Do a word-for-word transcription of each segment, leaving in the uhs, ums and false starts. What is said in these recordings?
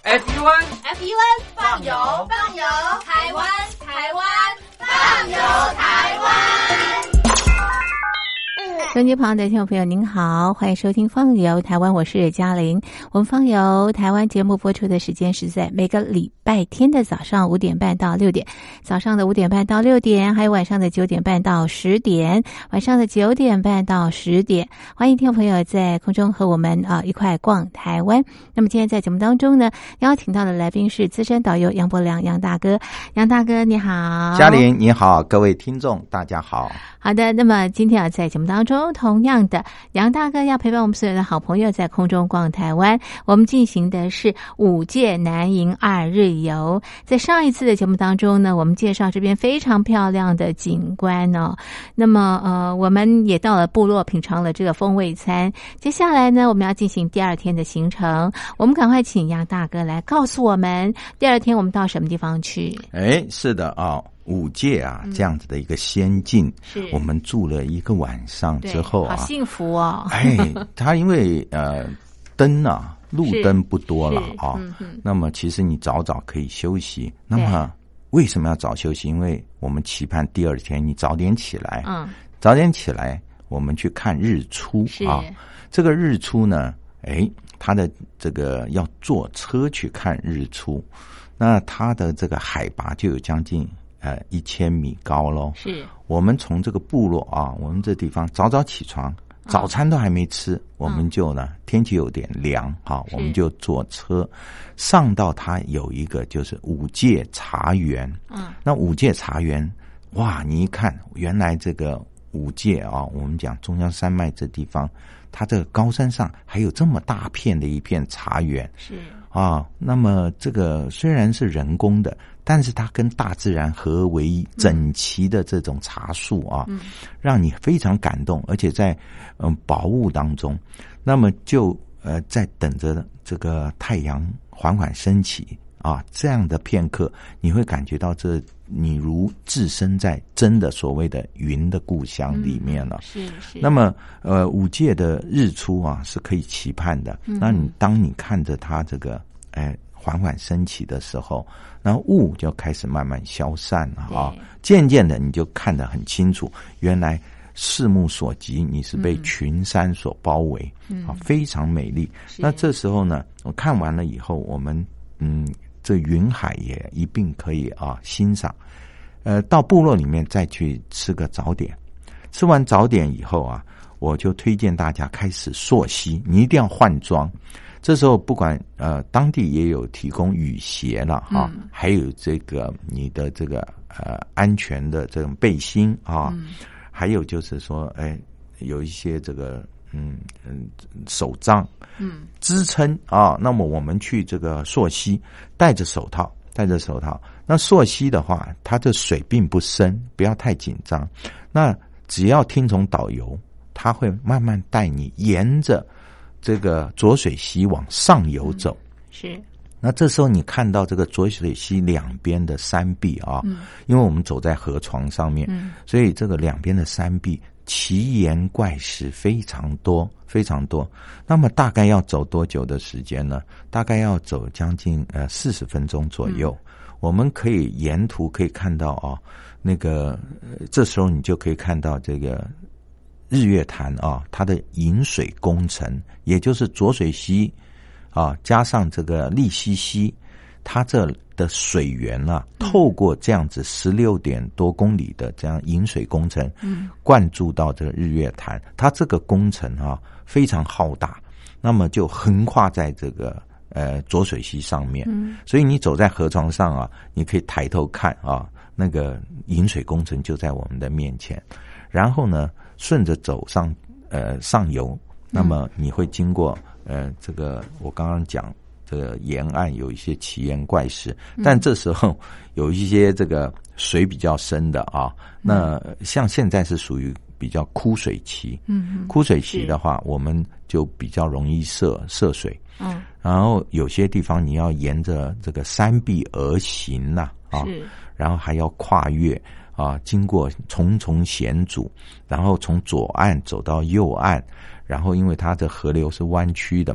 F U N F U N 放油放油，台湾台湾放油台湾。 收音机旁的听众朋友您好，欢迎收听放游台湾，我是嘉玲。我们放游台湾节目播出的时间是在每个礼拜天的早上五点半到六点，早上的五点半到六点，还有晚上的九点半到十点，晚上的九点半到十点。欢迎听众朋友在空中和我们啊一块逛台湾。那么今天在节目当中呢，邀请到的来宾是资深导游杨伯良杨大哥。杨大哥你好。 嘉玲你好，各位听众大家好。 好的，那么今天啊，在节目当中，同样的，杨大哥要陪伴我们所有的好朋友在空中逛台湾。我们进行的是五届南营二日游。在上一次的节目当中呢，我们介绍这边非常漂亮的景观哦。那么呃，我们也到了部落品尝了这个风味餐。接下来呢，我们要进行第二天的行程。我们赶快请杨大哥来告诉我们，第二天我们到什么地方去？ 哎，是的啊。哦五届啊，这样子的一个仙境， 是我们住了一个晚上之后啊， 好幸福哦！ 哎，它因为呃灯啊，路灯不多了啊、 嗯， 那么其实你早早可以休息。那么为什么要早休息？因为我们期盼第二天你早点起来， 嗯， 早点起来，我们去看日出啊。这个日出呢，哎，它的这个要坐车去看日出，那它的这个海拔就有将近。呃，一千米高咯。 是我们从这个部落啊，我们这地方早早起床，早餐都还没吃，嗯、我们就呢，天气有点凉啊，我们就坐车上到它有一个就是五界茶园。嗯，那五界茶园，哇，你一看，原来这个五界啊，我们讲中央山脉这地方，它这个高山上还有这么大片的一片茶园。 是啊，那么这个虽然是人工的，但是它跟大自然合为一，整齐的这种茶树啊，嗯、让你非常感动，而且在嗯薄雾当中，那么就呃在等着这个太阳缓缓升起啊，这样的片刻，你会感觉到这你如置身在真的所谓的云的故乡里面了。 嗯、是是。 那么呃五界的日出啊是可以期盼的。嗯、那你当你看着它这个哎缓缓升起的时候，然后雾就开始慢慢消散了啊，渐渐的你就看得很清楚，原来视目所及，你是被群山所包围，嗯、啊，非常美丽。那这时候呢，我看完了以后，我们嗯。这云海也一并可以啊欣赏，呃，到部落里面再去吃个早点，吃完早点以后啊，我就推荐大家开始溯溪，你一定要换装。这时候不管呃当地也有提供雨鞋了啊，嗯、还有这个你的这个呃安全的这种背心啊，嗯、还有就是说哎有一些这个。嗯嗯，手杖，嗯，支撑啊。那么我们去这个溯溪，戴着手套，戴着手套。那溯溪的话，它这水并不深，不要太紧张。那只要听从导游，他会慢慢带你沿着这个浊水溪往上游走。嗯、 是。 那这时候你看到这个浊水溪两边的山壁啊，嗯、因为我们走在河床上面，嗯、所以这个两边的山壁。奇岩怪石非常多，非常多。那么大概要走多久的时间呢？大概要走将近呃四十分钟左右。嗯、我们可以沿途可以看到啊，那个、呃、这时候你就可以看到这个日月潭啊，它的引水工程，也就是浊水溪啊，加上这个利溪溪，它这的水源啊，透过这样子十六点多公里的这样引水工程，嗯，灌注到这个日月潭，它这个工程啊非常浩大，那么就横跨在这个呃浊水溪上面，嗯，所以你走在河床上啊，你可以抬头看啊，那个引水工程就在我们的面前，然后呢，顺着走上呃上游，那么你会经过呃这个我刚刚讲。这个沿岸有一些奇岩怪石，但这时候有一些这个水比较深的啊，那像现在是属于比较枯水期，嗯，枯水期的话，我们就比较容易涉涉水，嗯，然后有些地方你要沿着这个山壁而行呐，啊，然后还要跨越啊，经过重重险阻，然后从左岸走到右岸。然后因为它的河流是弯曲的嘛，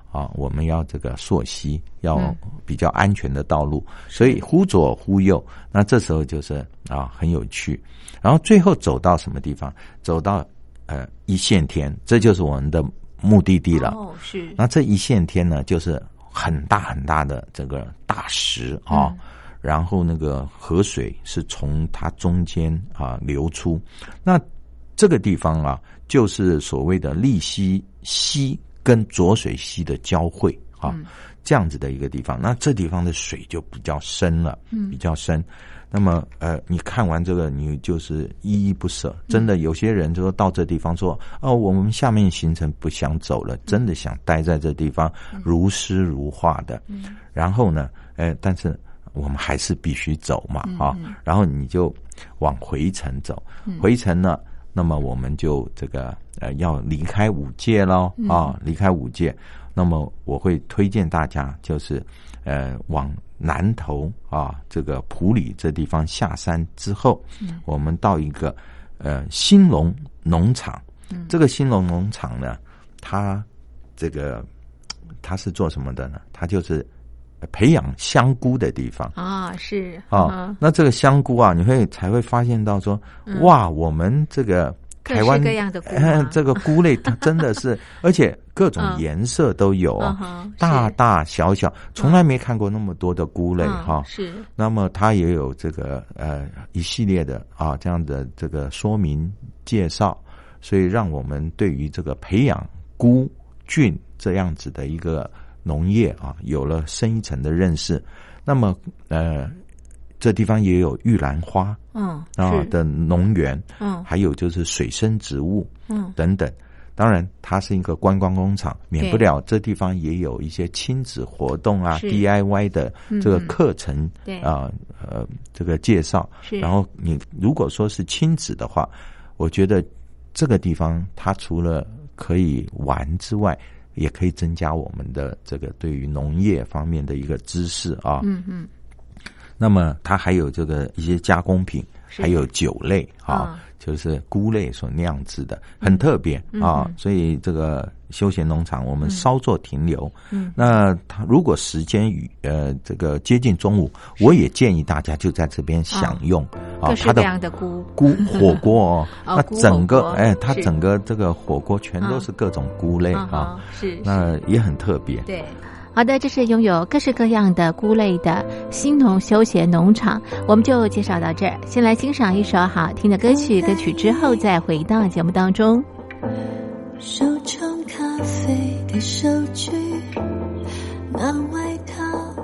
啊，我们要这个溯溪，要比较安全的道路，所以忽左忽右，那这时候就是啊很有趣。然后最后走到什么地方？走到呃一线天，这就是我们的目的地了。 哦，是。 那这一线天呢，就是很大很大的这个大石啊。嗯，然后那个河水是从它中间啊流出，那这个地方啊，就是所谓的利溪溪跟浊水溪的交汇啊，嗯，这样子的一个地方。那这地方的水就比较深了，嗯，比较深。那么呃，你看完这个，你就是依依不舍。真的，有些人就说到这地方说，哦，我们下面行程不想走了，真的想待在这地方，如诗如画的。嗯，然后呢，呃，但是我们还是必须走嘛，啊，嗯嗯，然后你就往回程走，嗯，回程呢，那么我们就这个呃要离开五界咯，啊，离开五界。那么我会推荐大家就是呃往南头啊这个埔里这地方下山之后，嗯，我们到一个呃兴隆农场，嗯，这个兴隆农场呢，它这个它是做什么的呢？它就是培养香菇的地方啊，是啊，嗯，那这个香菇啊，你会才会发现到说，嗯，哇，我们这个台湾各式各样的菇， 呃，这个菇类它真的是，而且各种颜色都有啊，嗯，大大小小，从来没看过那么多的菇类哈，嗯。是。那么它也有这个呃一系列的啊这样的这个说明介绍，所以让我们对于这个培养菇菌这样子的一个农业啊，有了深一层的认识。那么呃，这地方也有玉兰花，嗯啊的农园，嗯，还有就是水生植物，嗯等等。当然，它是一个观光工厂，免不了这地方也有一些亲子活动啊 ，D I Y 的这个课程，对啊，呃，这个介绍。然后你如果说是亲子的话，我觉得这个地方它除了可以玩之外，也可以增加我们的这个对于农业方面的一个知识啊。嗯嗯。那么它还有这个一些加工品，还有酒类啊。嗯，就是菇类所酿制的，很特别，嗯，啊，所以这个休闲农场我们稍作停留。嗯，那它如果时间与呃这个接近中午，我也建议大家就在这边享用， 哦，啊，各式各样的菇菇火锅哦，哦，那整个哎，它整个这个火锅全都是各种菇类，嗯，啊，是，那也很特别。 对。好的，这是拥有各式各样的菇类的兴农休闲农场，我们就介绍到这儿。先来欣赏一首好听的歌曲，歌曲之后再回到节目当中。 手冲咖啡的手举，那外套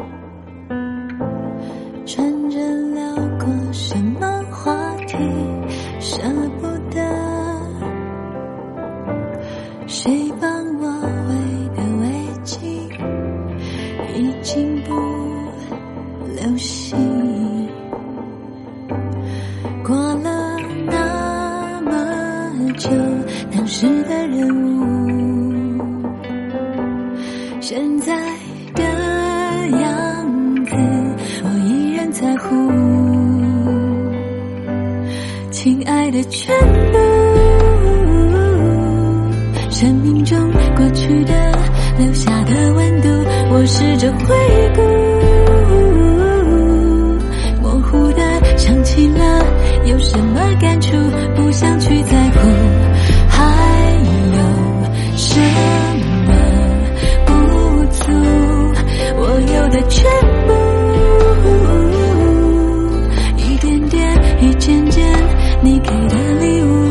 穿着聊过什么话题，舍不得谁帮我围的围巾，已经不流行。过了那么久，当时的人物，现在的样子，我依然在乎。亲爱的全部，生命中过去的留下的温度，我试着回顾，模糊的想起了有什么感触，不想去在乎，还有什么不足，我有的全部，一点点一件件你给的礼物。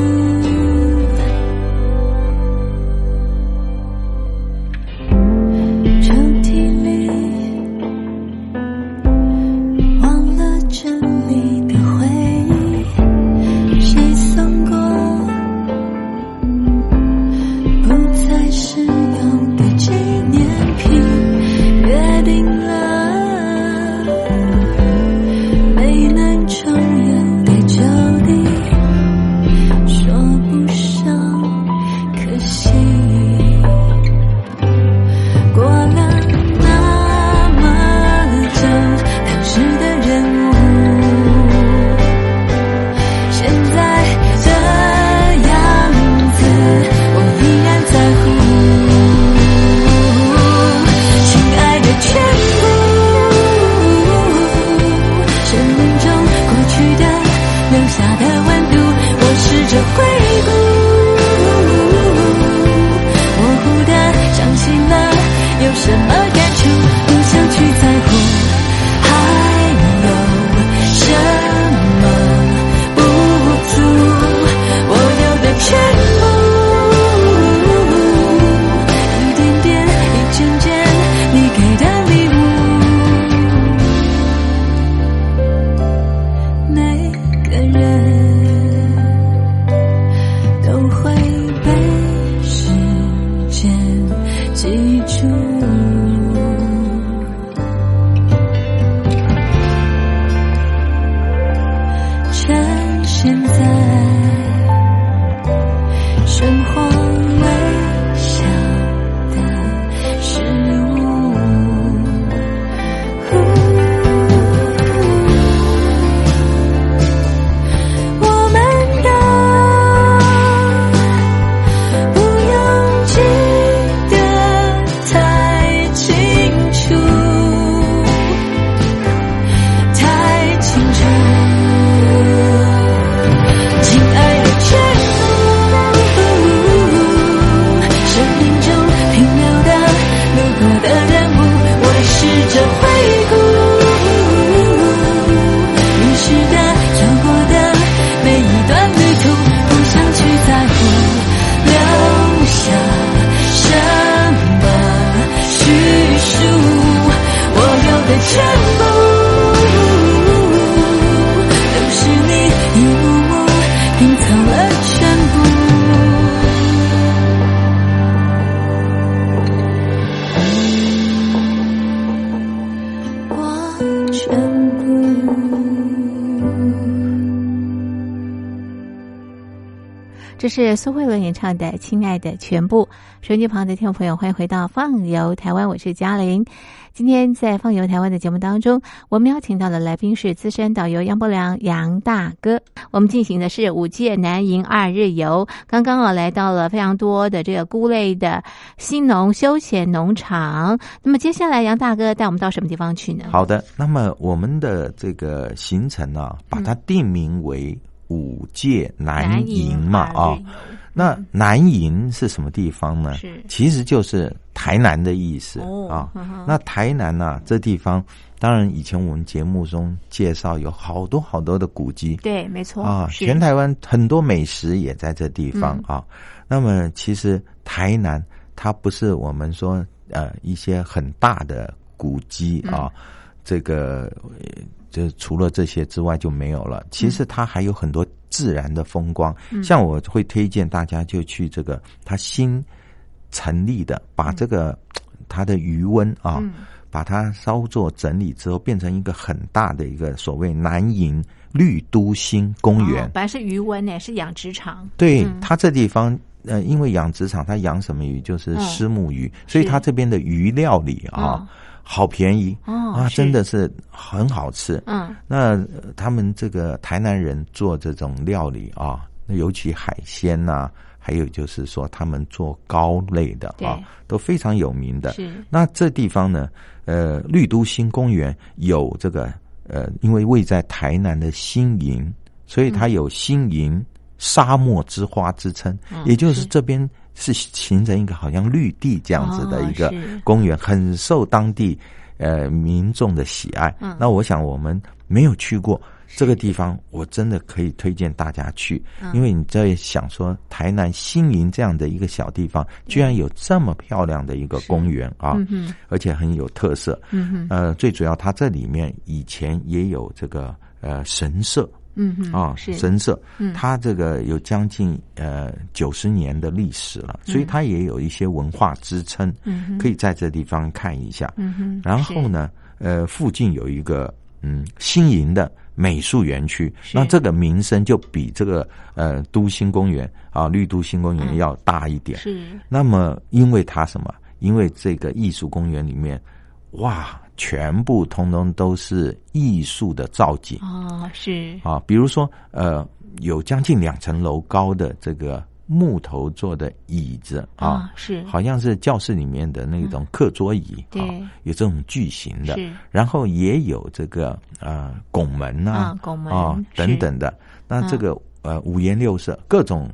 有什么感触，不想去在乎，还有什么不足，我有的全部，一点点一件件你给的礼物，每个人都会被时间记住。趁现在生活微小的事物，我们都不用记得太清楚，太清楚。亲爱的全部，生命中停留的、路过的人物，我试着回顾，遗失的、走过的每一段旅途，不想去在乎，留下什么叙述，我有的全部。 这是苏慧伦演唱的《亲爱的全部》。收音机旁的听众朋友，欢迎回到放游台湾，我是嘉玲。今天在放游台湾的节目当中，我们邀请到的来宾是资深导游杨伯良杨大哥。我们进行的是五届南营二日游，刚刚啊来到了非常多的这个菇类的新农休闲农场。那么接下来杨大哥带我们到什么地方去呢？ 好的，那么我们的这个行程啊，把它定名为五届南营嘛啊、哦，那南营是什么地方呢？是，其实就是台南的意思、哦、啊、嗯。那台南啊，这地方当然以前我们节目中介绍有好多好多的古迹， 对，没错啊，全台湾很多美食也在这地方、嗯、啊。那么其实台南它不是我们说呃一些很大的古迹啊，嗯、这个。就除了这些之外就没有了。其实它还有很多自然的风光，嗯、像我会推荐大家就去这个它新成立的，把这个、嗯、它的余温啊、嗯，把它稍作整理之后，变成一个很大的一个所谓南营绿都新公园。 哦、本来是余温呢，是养殖场。 对，嗯、它这地方。呃，因为养殖场它养什么鱼就是虱目鱼、嗯，所以它这边的鱼料理啊。嗯好便宜、哦、啊，真的是很好吃。嗯，那、呃、他们这个台南人做这种料理啊，那尤其海鲜呐、啊，还有就是说他们做糕类的啊，都非常有名的。是，那这地方呢，呃，绿都新公园有这个呃，因为位在台南的新营，所以它有新营沙漠之花之称，嗯、也就是这边。是形成一个好像绿地这样子的一个公园，哦、很受当地呃民众的喜爱、嗯。那我想我们没有去过这个地方，我真的可以推荐大家去，嗯、因为你在想说台南新营这样的一个小地方，居然有这么漂亮的一个公园啊、嗯，而且很有特色。嗯呃，最主要它这里面以前也有这个呃神社。嗯嗯啊，神社，嗯，它这个有将近呃九十年的历史了，所以它也有一些文化支撑，嗯，可以在这地方看一下。嗯哼，然后呢，呃，附近有一个嗯新营的美术园区，那这个名声就比这个呃都新公园啊绿都新公园要大一点。是，那么因为它什么？因为这个艺术公园里面，哇！全部通通都是艺术的造景哦，是啊，比如说呃，有将近两层楼高的这个木头做的椅子啊，哦、是好像是教室里面的那种课桌椅，对、嗯哦，有这种巨型的，是，然后也有这个呃拱门啊，啊拱门啊、哦、等等的，那这个、嗯、呃五颜六色各种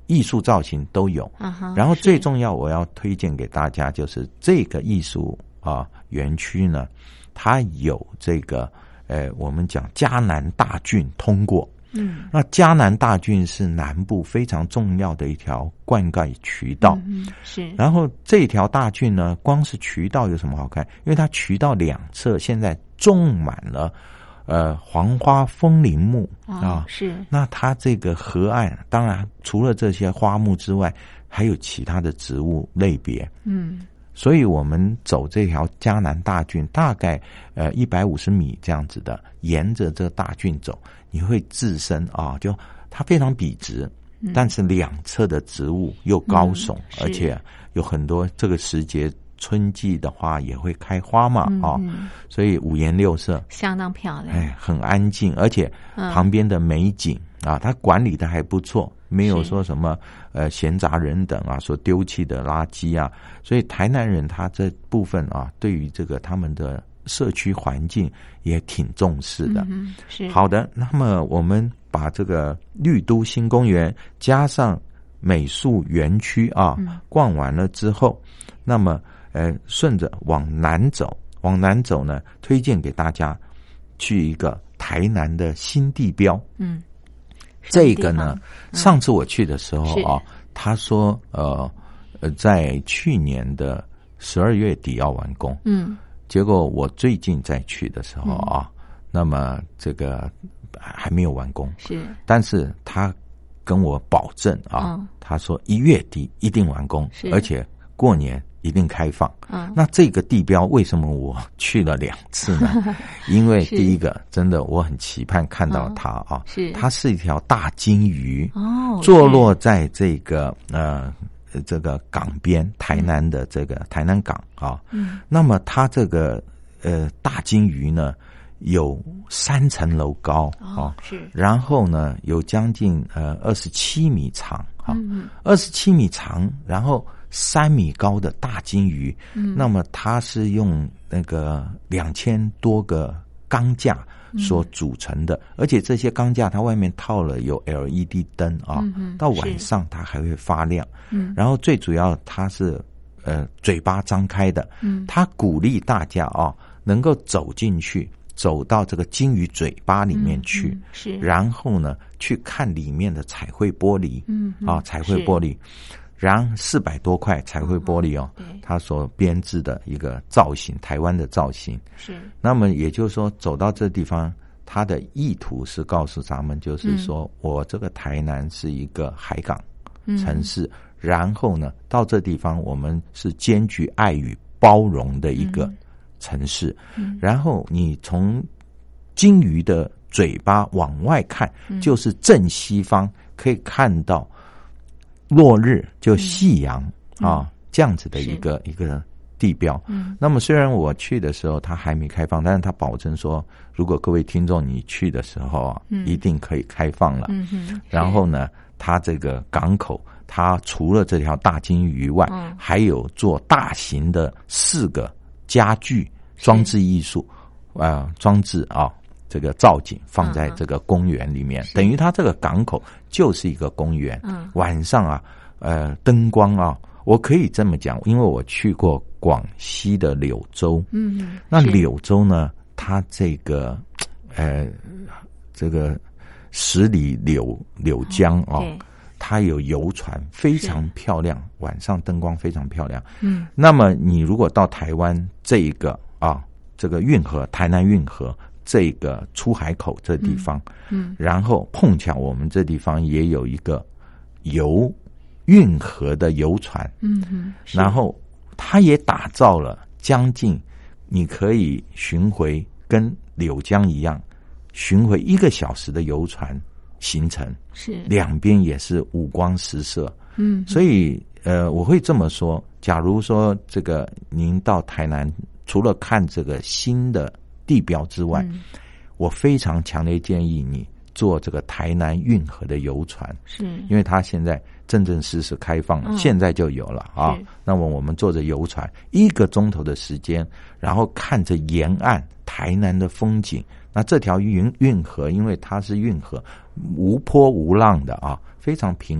艺术造型都有。 uh-huh, 然后最重要我要推荐给大家就是这个艺术啊园区呢，它有这个呃我们讲嘉南大圳通过。嗯，那嘉南大圳是南部非常重要的一条灌溉渠道。 嗯，是。 然后这条大圳呢，光是渠道有什么好看？因为它渠道两侧现在种满了呃黄花风铃木、哦、啊， 是。 那它这个河岸，当然除了这些花木之外，还有其他的植物类别。嗯。所以我们走这条嘉南大圳，大概呃一百五十米这样子的，沿着这大圳走，你会自身啊，就它非常笔直，嗯、但是两侧的植物又高耸，嗯、而且有很多这个时节春季的话也会开花嘛，嗯、啊，所以五颜六色， 相当漂亮， 哎，很安静，而且旁边的美景、嗯、啊，它管理的还不错。没有说什么呃闲杂人等啊所丢弃的垃圾啊，所以台南人他这部分啊，对于这个他们的社区环境也挺重视的。 嗯，是。好的，那么我们把这个绿都新公园加上美术园区啊、嗯、逛完了之后，那么呃顺着往南走，往南走呢，推荐给大家去一个台南的新地标。嗯。这个呢、嗯，上次我去的时候啊，他说呃呃，在去年的十二月底要完工，嗯，结果我最近再去的时候啊，嗯、那么这个还没有完工， 是， 但是他跟我保证啊，嗯、他说一月底一定完工，而且过年一定开放。嗯，那这个地标为什么我去了两次呢？因为第一个真的我很期盼看到它啊，是它是一条大金鱼哦，坐落在这个呃这个港边，台南的这个台南港啊。嗯，那么它这个呃大金鱼呢有三层楼高啊，是，然后呢有将近呃二十七米长啊，二十七米长，然后三米高的大金鱼，嗯，那么它是用那个两千多个钢架所组成的，嗯、而且这些钢架它外面套了有 L E D 灯啊，嗯，到晚上它还会发亮。嗯，然后最主要它是呃嘴巴张开的，嗯，它鼓励大家啊能够走进去，走到这个金鱼嘴巴里面去，嗯嗯、是，然后呢去看里面的彩绘玻璃，嗯，啊彩绘玻璃。然四百多块彩绘玻璃哦，它所编织的一个造型，台湾的造型是。那么也就是说，走到这地方，它的意图是告诉咱们，就是说、嗯、我这个台南是一个海港城市，嗯、然后呢，到这地方我们是兼具爱与包容的一个城市。嗯、然后你从金鱼的嘴巴往外看，嗯、就是正西方可以看到落日，就夕阳、嗯、啊，这样子的一个一个地标。嗯，那么虽然我去的时候它还没开放，但是他保证说，如果各位听众你去的时候啊，嗯、一定可以开放了。嗯哼。然后呢，它这个港口，它除了这条大金鱼外，嗯、还有做大型的四个家具装置艺术，呃，装置啊。这个造景放在这个公园里面，嗯、等于它这个港口就是一个公园。嗯，晚上啊，呃，灯光啊，我可以这么讲，因为我去过广西的柳州。嗯，那柳州呢，它这个呃，这个十里柳柳江啊，哦、它有游船，非常漂亮，晚上灯光非常漂亮。嗯，那么你如果到台湾这一个啊，这个运河，台南运河。这个出海口这地方，嗯，嗯然后碰巧我们这地方也有一个游运河的游船，嗯嗯，然后它也打造了将近，你可以巡回跟柳江一样，巡回一个小时的游船行程，是两边也是五光十色，嗯，所以呃，我会这么说，假如说这个您到台南，除了看这个新的地标之外，嗯、我非常强烈建议你坐这个台南运河的游船，是因为它现在正正式式开放了，嗯、现在就有了啊。那么我们坐着游船一个钟头的时间，然后看着沿岸台南的风景。那这条运运河，因为它是运河，无波无浪的啊，非常平稳。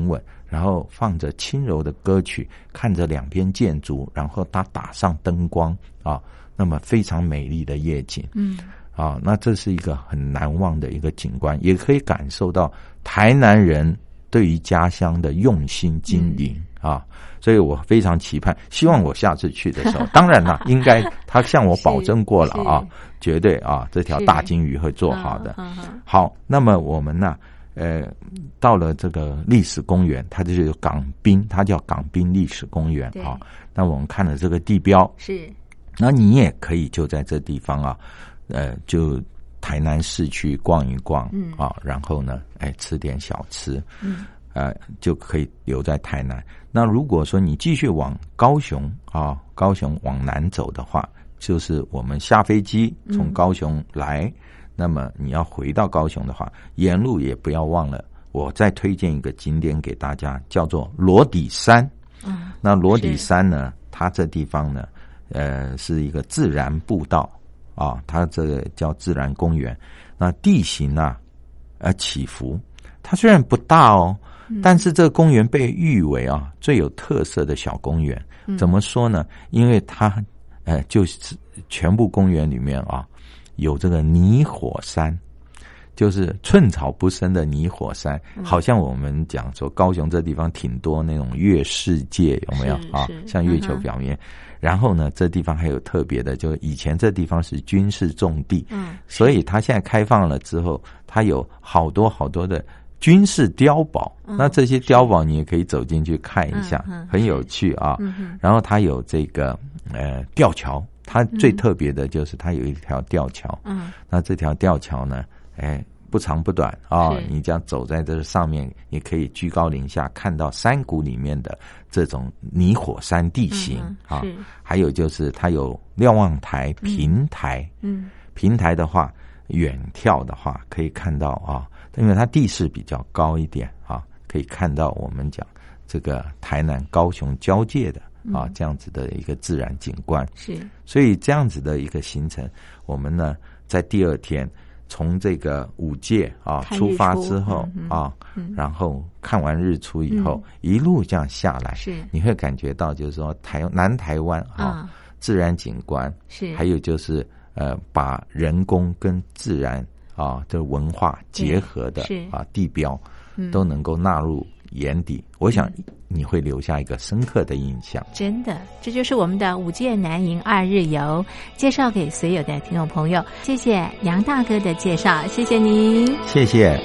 然后放着轻柔的歌曲，看着两边建筑，然后它打上灯光啊，那么非常美丽的夜景。嗯，啊，那这是一个很难忘的一个景观，也可以感受到台南人对于家乡的用心经营、嗯、啊，所以我非常期盼，希望我下次去的时候，当然了，应该他向我保证过了啊，绝对啊，这条大金鱼会做好的。好，那么我们呢，呃，到了这个历史公园，它就是港滨，它叫港滨历史公园啊。那我们看了这个地标，是，那你也可以就在这地方啊，呃，就。台南市区逛一逛，嗯啊，然后呢，哎，吃点小吃，嗯，呃，就可以留在台南。那如果说你继续往高雄啊，高雄往南走的话，就是我们下飞机从高雄来，嗯、那么你要回到高雄的话，沿路也不要忘了，我再推荐一个景点给大家，叫做罗底山。嗯，那罗底山呢，它这地方呢，呃，是一个自然步道。啊，它这个叫自然公园，那地形啊，呃起伏，它虽然不大哦，嗯、但是这个公园被誉为啊最有特色的小公园。嗯、怎么说呢？因为它呃就是全部公园里面啊有这个泥火山，就是寸草不生的泥火山，嗯、好像我们讲说高雄这地方挺多那种月世界，有没有啊？像月球表面。嗯然后呢，这地方还有特别的，就是以前这地方是军事重地，嗯，所以它现在开放了之后，它有好多好多的军事碉堡。嗯、那这些碉堡你也可以走进去看一下，嗯、很有趣啊。嗯、然后它有这个呃吊桥，它最特别的就是它有一条吊桥。嗯，那这条吊桥呢，哎。不长不短啊、哦！你这样走在这上面，也可以居高临下看到山谷里面的这种泥火山地形、嗯、啊。还有就是它有瞭望台、平台，嗯，平台的话，远眺的话可以看到啊，因为它地势比较高一点啊，可以看到我们讲这个台南高雄交界的啊、嗯、这样子的一个自然景观。是，所以这样子的一个行程，我们呢在第二天。从这个五界啊出发之后、嗯、啊、嗯，然后看完日出以后，嗯、一路这样下来，是你会感觉到就是说台南台湾啊、嗯、自然景观是，还有就是呃把人工跟自然啊的文化结合的啊地标、嗯、都能够纳入眼底，我想你会留下一个深刻的印象。 真的，这就是我们的五界南营二日游，介绍给所有的听众朋友。谢谢杨大哥的介绍，谢谢您， 谢谢。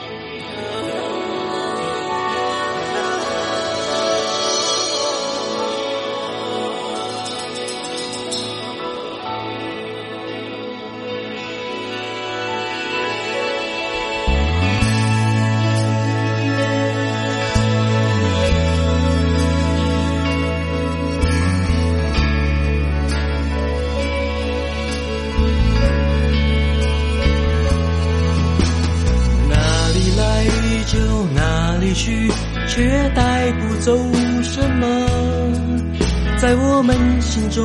却带不走什么，在我们心中，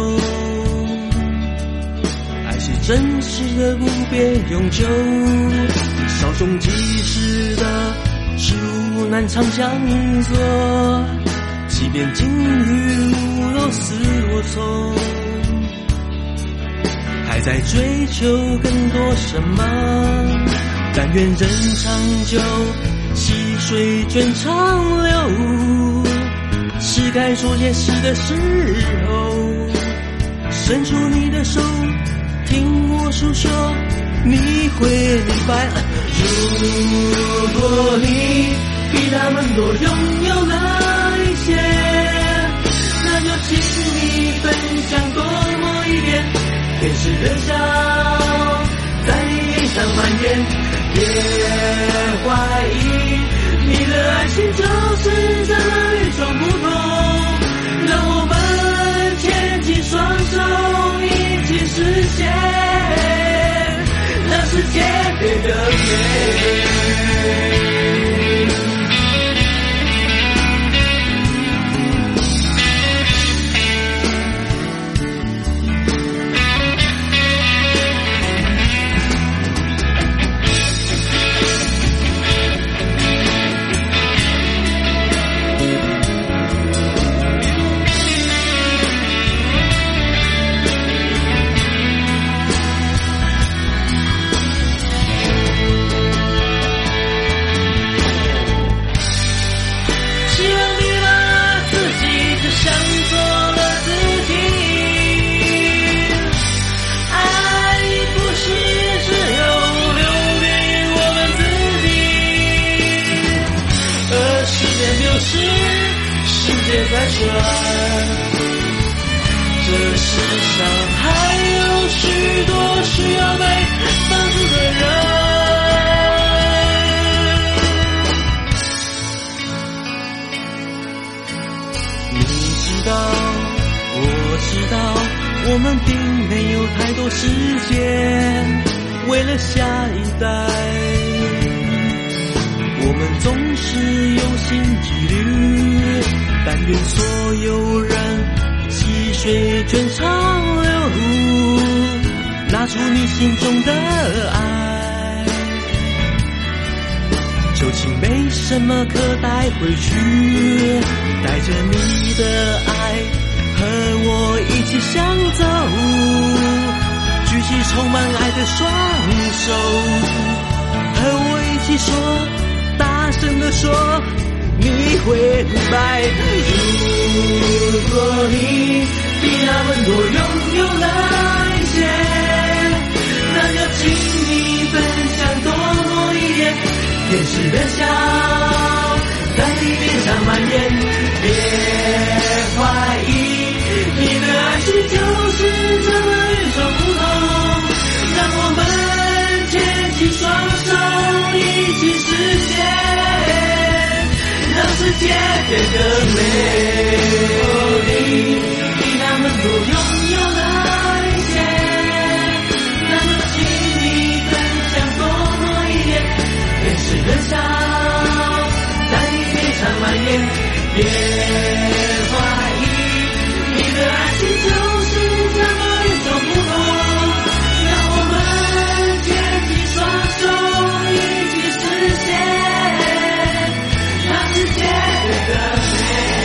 爱是真实的无边永久，稍纵即逝的事物难常相锁，即便境遇如若丝若从，还在追求更多什么，但愿人长久，细水卷长流，是该说些事的时候，伸出你的手，听我诉说，你会明白。如果你比他们多拥有了一些，那就请你分享多么一点，天使的笑在你脸上蔓延。别怀疑，你的爱情就是这么与众不同，让我们牵起双手一起实现让世界变得美。 界在转。这世上还有许多需要被帮助的人。你知道，我知道，我们并没有太多时间为了下一代，我们总是有心积虑，但愿所有人细水卷长流，拿出你心中的爱，就请没什么可带回去，带着你的爱和我一起向走，举起充满爱的双手，和我一起说，大声地说，你会明白。如果你比他们多拥有了一些，那就请你分享多么一点，天使的笑在你脸上蔓延，别怀疑，你的爱情就是这么与众不同，让我们牵起双手一起实现，让世界变得美。你比他们多拥有了一些，那就请你分享多么一点，天使的笑在你脸上蔓延，别怀疑，你的爱情就是这么与众不同，让我们牵起双手一起实现，让世界变得美。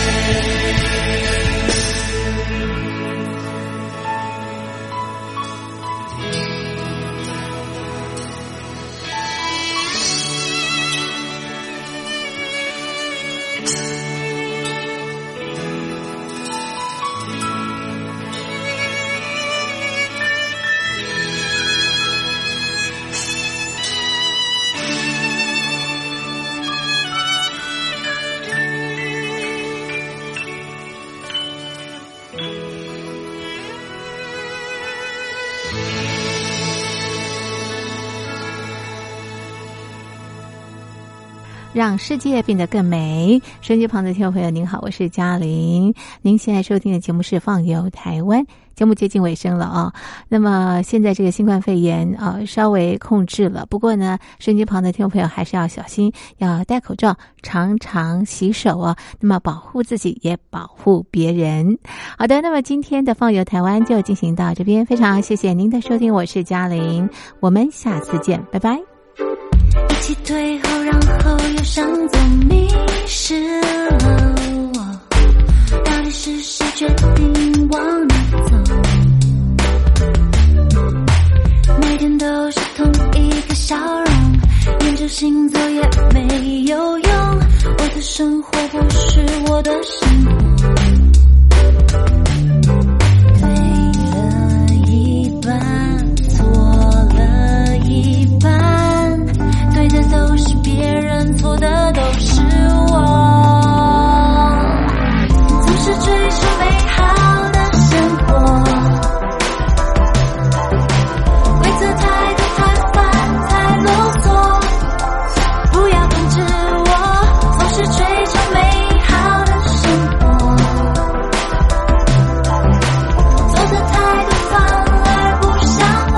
让世界变得更美。收音机旁的听众朋友您好，我是嘉玲，您现在收听的节目是放游台湾，节目接近尾声了啊。那么现在这个新冠肺炎啊稍微控制了，不过呢收音机旁的听众朋友还是要小心，要戴口罩，常常洗手啊，那么保护自己也保护别人。好的，那么今天的放游台湾就进行到这边，非常谢谢您的收听，我是嘉玲，我们下次见，拜拜。 一起退后，然后又想走，迷失了我，到底是谁决定往哪走？每天都是同一个笑容，研究星座也没有用，我的生活不是我的生活，对了一半，错了一半，对的都是别人，错的都是我，总是追求美好的生活，规则太多太烦太啰嗦，不要控制我，总是追求美好的生活，做的太多反而不像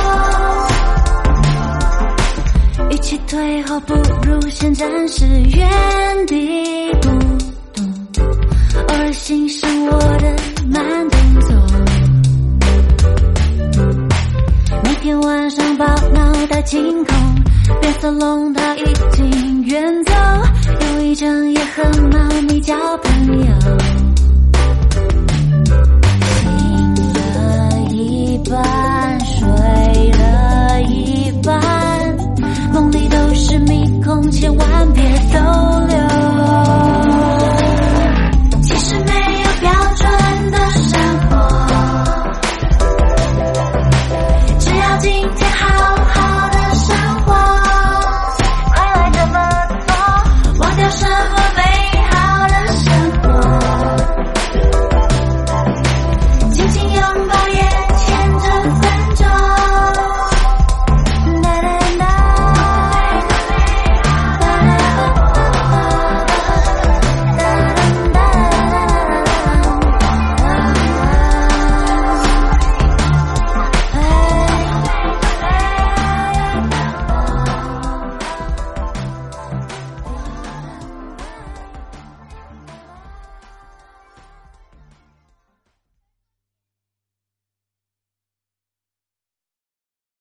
我，与其退后不如先暂时原地不动，偶尔欣赏我的慢动作，每天晚上把脑袋清空，变色龙它已经远走，有一阵也和猫咪交朋友。